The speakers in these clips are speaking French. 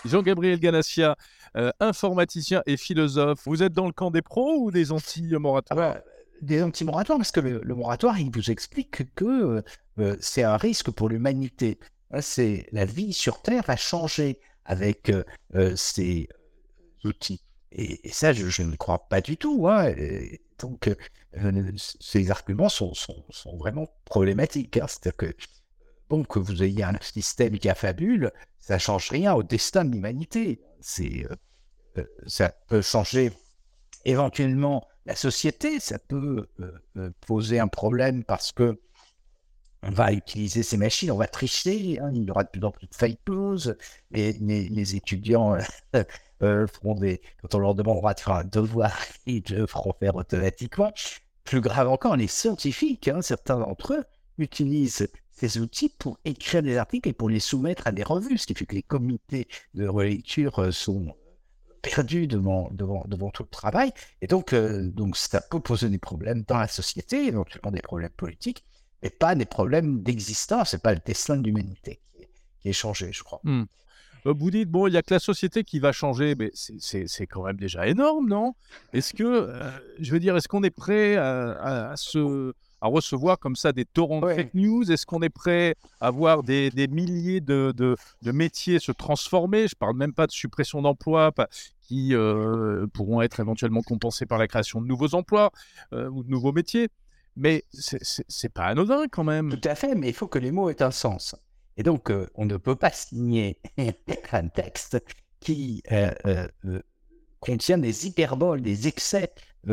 Jean-Gabriel Ganassia, informaticien et philosophe. Vous êtes dans le camp des pros ou des Ah anti-moratoires? bah, des anti-moratoires, parce que le moratoire, il vous explique que c'est un risque pour l'humanité. La vie sur Terre va changer avec ces outils. Et ça, je ne crois pas du tout. Donc, ces arguments sont vraiment problématiques. C'est-à-dire que, bon, que vous ayez un système qui affabule, ça ne change rien au destin de l'humanité. Ça peut changer éventuellement la société, ça peut poser un problème parce que on va utiliser ces machines, on va tricher, il y aura de plus en plus de fake news, les étudiants quand on leur demandera de faire un devoir, ils le feront faire automatiquement. Plus grave encore, les scientifiques, certains d'entre eux, utilisent ces outils pour écrire des articles et pour les soumettre à des revues, ce qui fait que les comités de relecture sont perdus devant tout le travail. Et donc ça peut poser des problèmes dans la société, éventuellement des problèmes politiques, mais pas des problèmes d'existence. C'est pas le destin de l'humanité qui est changé, je crois. Vous dites, bon, il n'y a que la société qui va changer, mais c'est quand même déjà énorme, non? Est-ce que, je veux dire, est-ce qu'on est prêt à recevoir comme ça des torrents de Ouais. fake news? Est-ce qu'on est prêt à voir des milliers de métiers se transformer? Je ne parle même pas de suppression d'emplois qui pourront être éventuellement compensés par la création de nouveaux emplois ou de nouveaux métiers. Mais c'est pas anodin quand même. Tout à fait, mais il faut que les mots aient un sens. Et donc, on ne peut pas signer un texte qui contient des hyperboles, des excès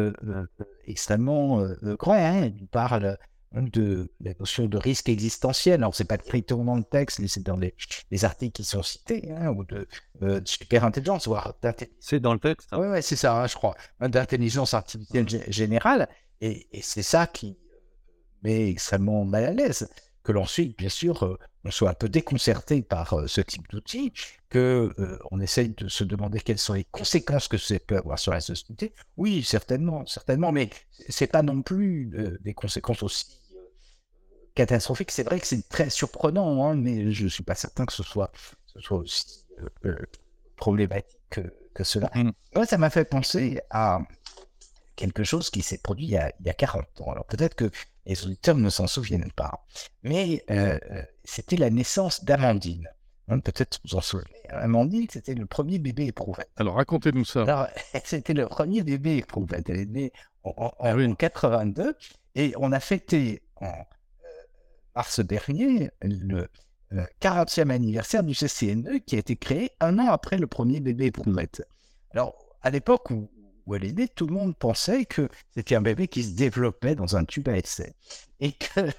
extrêmement grands. Il parle de la notion de risque existentiel. Alors, c'est pas directement dans le texte, mais c'est dans les articles qui sont cités, ou de super intelligence, voire d'intelligence. C'est dans le texte. Oui, c'est ça, je crois. D'intelligence artificielle générale. Et c'est ça qui met extrêmement mal à l'aise. Que l'ensuite, bien sûr, on soit un peu déconcerté par ce type d'outils, qu'on essaye de se demander quelles sont les conséquences que ça peut avoir sur la société. Oui, certainement, mais c'est pas non plus des conséquences aussi catastrophiques. C'est vrai que c'est très surprenant, mais je suis pas certain que ce soit aussi problématique que cela. Moi, ça m'a fait penser à quelque chose qui s'est produit il y a 40 ans. Alors peut-être que les auditeurs ne s'en souviennent pas, mais c'était la naissance d'Amandine. Peut-être vous en souvenez. Amandine, c'était le premier bébé éprouvette. Alors racontez-nous ça. Alors, c'était le premier bébé éprouvette. Elle est née en 82 et on a fêté en mars dernier le 40e anniversaire du CCNE qui a été créé un an après le premier bébé éprouvette. Alors, à l'époque où elle est née, tout le monde pensait que c'était un bébé qui se développait dans un tube à essai et qu'elle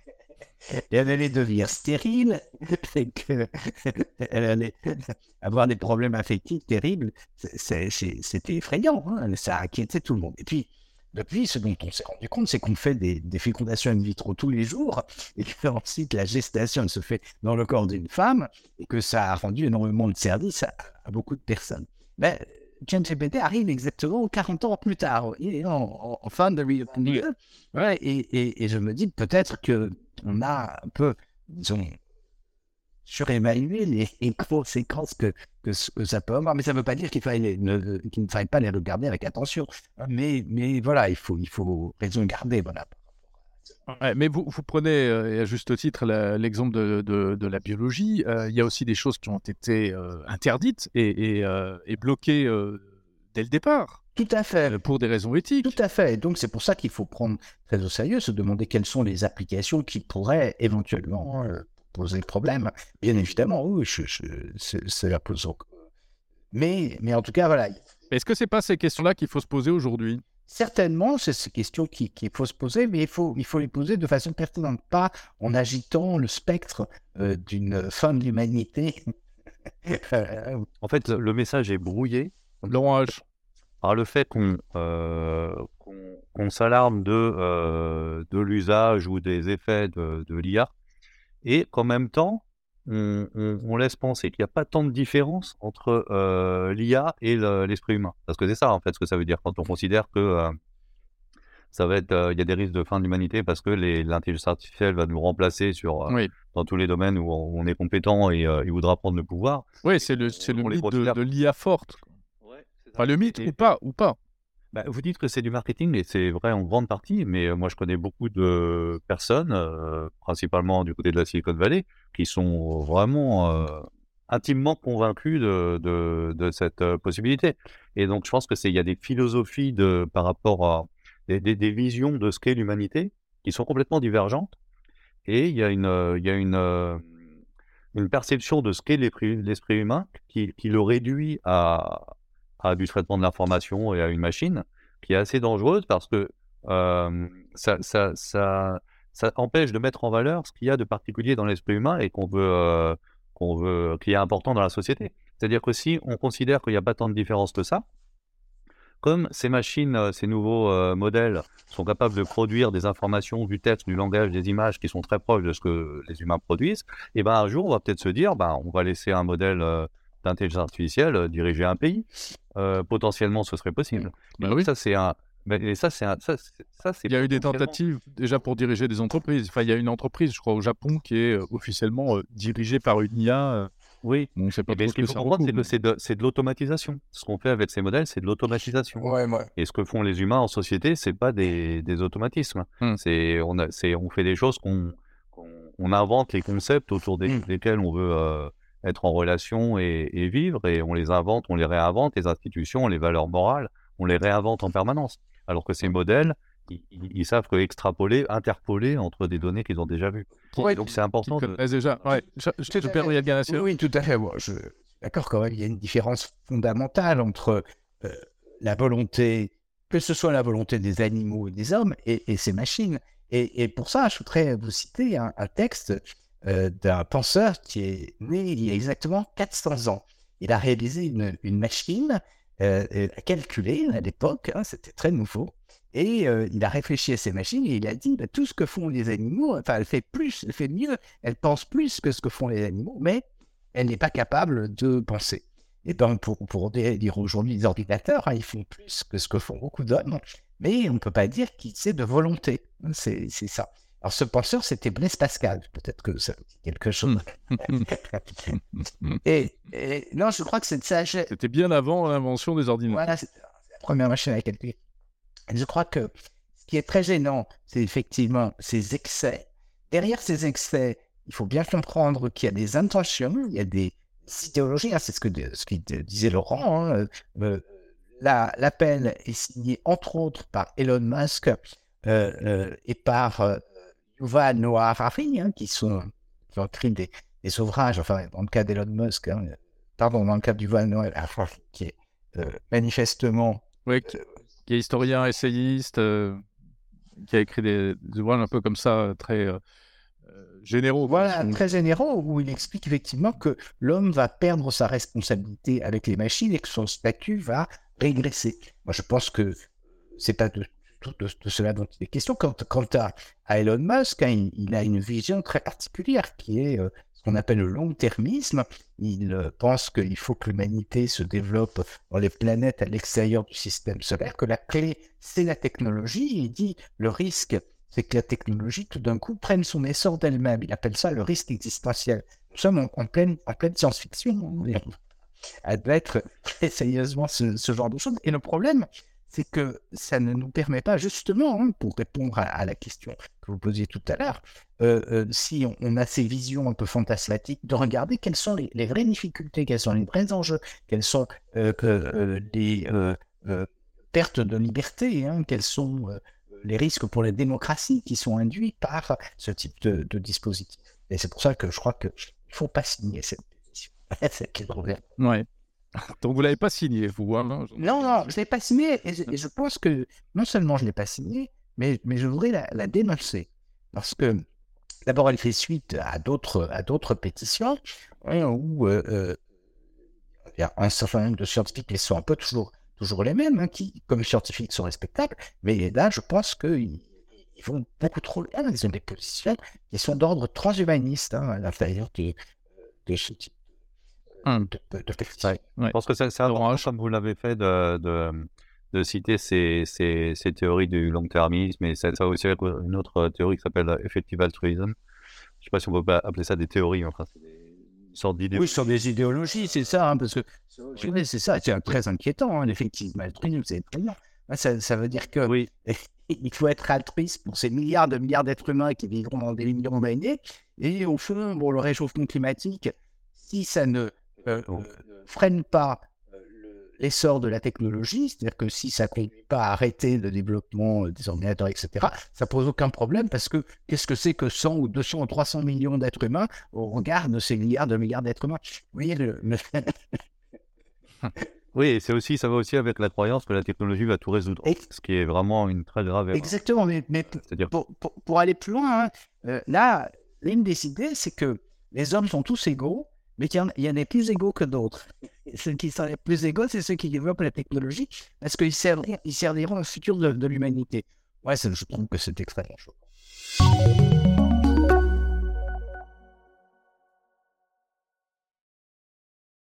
allait devenir stérile et qu'elle allait avoir des problèmes affectifs terribles. C'était effrayant, ça inquiétait tout le monde. Et puis, depuis, ce dont on s'est rendu compte, c'est qu'on fait des fécondations in vitro tous les jours et qu'ensuite la gestation se fait dans le corps d'une femme et que ça a rendu énormément de services à beaucoup de personnes. Mais ChatGPT arrive exactement 40 ans plus tard, en fin de vie. Et je me dis peut-être qu'on a un peu, disons, surévalué les conséquences que ça peut avoir, mais ça ne veut pas dire qu'il ne faille pas les regarder avec attention. Mais voilà, il faut raison garder. Voilà. Ouais, mais vous prenez, et à juste titre, l'exemple de la biologie. Il y a aussi des choses qui ont été interdites et bloquées dès le départ. Tout à fait. Pour des raisons éthiques. Tout à fait. Et donc, c'est pour ça qu'il faut prendre très au sérieux, se demander quelles sont les applications qui pourraient éventuellement poser problème. Bien évidemment, oui, c'est la pose. Mais en tout cas, voilà. Est-ce que c'est pas ces questions-là qu'il faut se poser aujourd'hui ? Certainement, c'est ces questions qu'il faut se poser, mais il faut les poser de façon pertinente, pas en agitant le spectre d'une fin de l'humanité. En fait, le message est brouillé. Laurent H. Par le fait qu'on s'alarme de l'usage ou des effets de l'IA, et qu'en même temps, on laisse penser qu'il n'y a pas tant de différence entre l'IA et l'esprit humain. Parce que c'est ça, en fait, ce que ça veut dire quand on considère que ça va être, il y a des risques de fin de l'humanité parce que l'intelligence artificielle va nous remplacer Oui, dans tous les domaines où on est compétent et il voudra prendre le pouvoir. oui, c'est le On les mythe considère. de l'IA forte. Ouais, c'est ça. Enfin, le mythe Et ou pas. bah, vous dites que c'est du marketing et c'est vrai en grande partie, mais moi je connais beaucoup de personnes, principalement du côté de la Silicon Valley, qui sont vraiment intimement convaincus de cette possibilité. Et donc je pense que il y a des philosophies par rapport à des visions de ce qu'est l'humanité qui sont complètement divergentes. Et il y a une perception de ce qu'est l'esprit humain qui le réduit à du traitement de l'information et à une machine, qui est assez dangereuse parce que ça, ça, ça, ça empêche de mettre en valeur ce qu'il y a de particulier dans l'esprit humain et qui est important dans la société. C'est-à-dire que si on considère qu'il n'y a pas tant de différence que ça, comme ces machines, ces nouveaux modèles sont capables de produire des informations, du texte, du langage, des images qui sont très proches de ce que les humains produisent, et ben un jour, on va peut-être se dire, on va laisser un modèle d'intelligence artificielle diriger un pays. Potentiellement, ce serait possible. Bah Donc oui. ça, c'est un. Et ça, c'est Il y a eu des potentiellement. tentatives déjà pour diriger des entreprises. Enfin, il y a une entreprise, je crois, au Japon qui est officiellement dirigée par une IA. Oui. On ne sait pas Et bien, trop ce ce que qu'il faut ça comprendre, c'est recouvre. que c'est de l'automatisation. Ce qu'on fait avec ces modèles, c'est de l'automatisation. Ouais, ouais. Et ce que font les humains en société, c'est pas des automatismes. Hmm. On fait des choses on invente les concepts autour desquels on veut être en relation et vivre, et on les invente, on les réinvente, les institutions, les valeurs morales, on les réinvente en permanence. Alors que ces modèles, ils savent que interpoler entre des données qu'ils ont déjà vues. Ouais, Donc c'est Qui important de. connaissent déjà. Ouais. Je tout à perds fait. Yann Oui, Ganassier. oui, tout à fait. Bon, d'accord, quand même, il y a une différence fondamentale entre la volonté, que ce soit la volonté des animaux et des hommes et ces machines. Et pour ça, je voudrais vous citer un texte d'un penseur qui est né il y a exactement 400 ans. Il a réalisé une machine à calculer à l'époque, hein, c'était très nouveau. Et il a réfléchi à ces machines et il a dit tout ce que font les animaux, enfin, elle fait plus, elle fait mieux, elle pense plus que ce que font les animaux, mais elle n'est pas capable de penser. Et ben, pour dire aujourd'hui les ordinateurs, hein, ils font plus que ce que font beaucoup d'hommes, mais on ne peut pas dire qu'ils aient de volonté. C'est ça. Alors, ce penseur, c'était Blaise Pascal. Peut-être que ça dit quelque chose. Et non, je crois que cette sagesse. C'était bien avant l'invention des ordinateurs. Voilà, c'est la première machine à calculer. Et je crois que ce qui est très gênant, c'est effectivement ces excès. Derrière ces excès, il faut bien comprendre qu'il y a des intentions, il y a des idéologies. Hein, c'est ce qu'il disait Laurent. Hein, l'appel est signé entre autres par Elon Musk et par Yuval Noah Harari, hein, qui ont écrit des ouvrages, enfin dans le cas d'Elon Musk, hein, pardon, dans le cas d'Yuval Noah Harari, qui est manifestement Ouais, qui est historien, essayiste, qui a écrit des ouvrages un peu comme ça, très généraux. Voilà, très généraux, où il explique effectivement que l'homme va perdre sa responsabilité avec les machines et que son statut va régresser. Moi, je pense que c'est pas de cela dont il est question. Quant à Elon Musk, hein, il a une vision très particulière qui est ce qu'on appelle le long-termisme. Il pense qu'il faut que l'humanité se développe dans les planètes à l'extérieur du système solaire, que la clé, c'est la technologie. Il dit le risque, c'est que la technologie, tout d'un coup, prenne son essor d'elle-même. Il appelle ça le risque existentiel. Nous sommes en pleine science-fiction. On admettre très sérieusement ce genre de choses. Et le problème, c'est que ça ne nous permet pas, justement, hein, pour répondre à la question que vous posiez tout à l'heure, si on a ces visions un peu fantasmatiques, de regarder quelles sont les vraies difficultés, quels sont les vrais enjeux, quelles sont les pertes de liberté, hein, quels sont les risques pour les démocraties qui sont induits par ce type de dispositif. Et c'est pour ça que je crois qu'il ne faut pas signer cette pétition. C'est le problème. Ouais. Donc vous l'avez pas signé, vous, hein, Non, je ne l'ai pas signé, et je pense que non seulement je ne l'ai pas signé, mais je voudrais la dénoncer. Parce que, d'abord, elle fait suite à d'autres pétitions, hein, où il y a un certain nombre de scientifiques qui sont un peu toujours les mêmes, hein, qui, comme scientifiques, sont respectables, mais là, je pense qu'ils vont beaucoup trop loin. Ils ont des positions qui sont d'ordre transhumaniste, hein, à l'intérieur de ce type de pétition. Ouais. Je pense que c'est important, comme vous l'avez fait, de citer ces théories du long-termisme, et ça va aussi avec une autre théorie qui s'appelle effective altruisme. Je sais pas si on peut pas appeler ça des théories, enfin, c'est une sorte d'idée. Oui, sur des idéologies, c'est ça, hein, parce que c'est ça, c'est très inquiétant, hein, l'effectivisme altruisme, c'est très bien. Ça veut dire que Oui, il faut être altruiste pour ces milliards d'êtres humains qui vivront dans des millions d'années. Et au fond, bon, le réchauffement climatique, si ça ne freine pas l'essor de la technologie, c'est-à-dire que si ça ne conduit pas à arrêter le développement des ordinateurs, etc., ça pose aucun problème parce que qu'est-ce que c'est que 100 ou 200 ou 300 millions d'êtres humains au regard de ces milliards d'êtres humains? Vous voyez, oui, et ça va aussi avec la croyance que la technologie va tout résoudre, ce qui est vraiment une très grave erreur. Exactement, mais C'est-à-dire... pour aller plus loin, hein, là, l'une des idées, c'est que les hommes sont tous égaux, mais qu'il y en a plus égaux que d'autres. Et ceux qui sont les plus égaux, c'est ceux qui développent la technologie, parce qu'ils serviront au futur de l'humanité. Ouais, je trouve que c'est extrêmement chaud.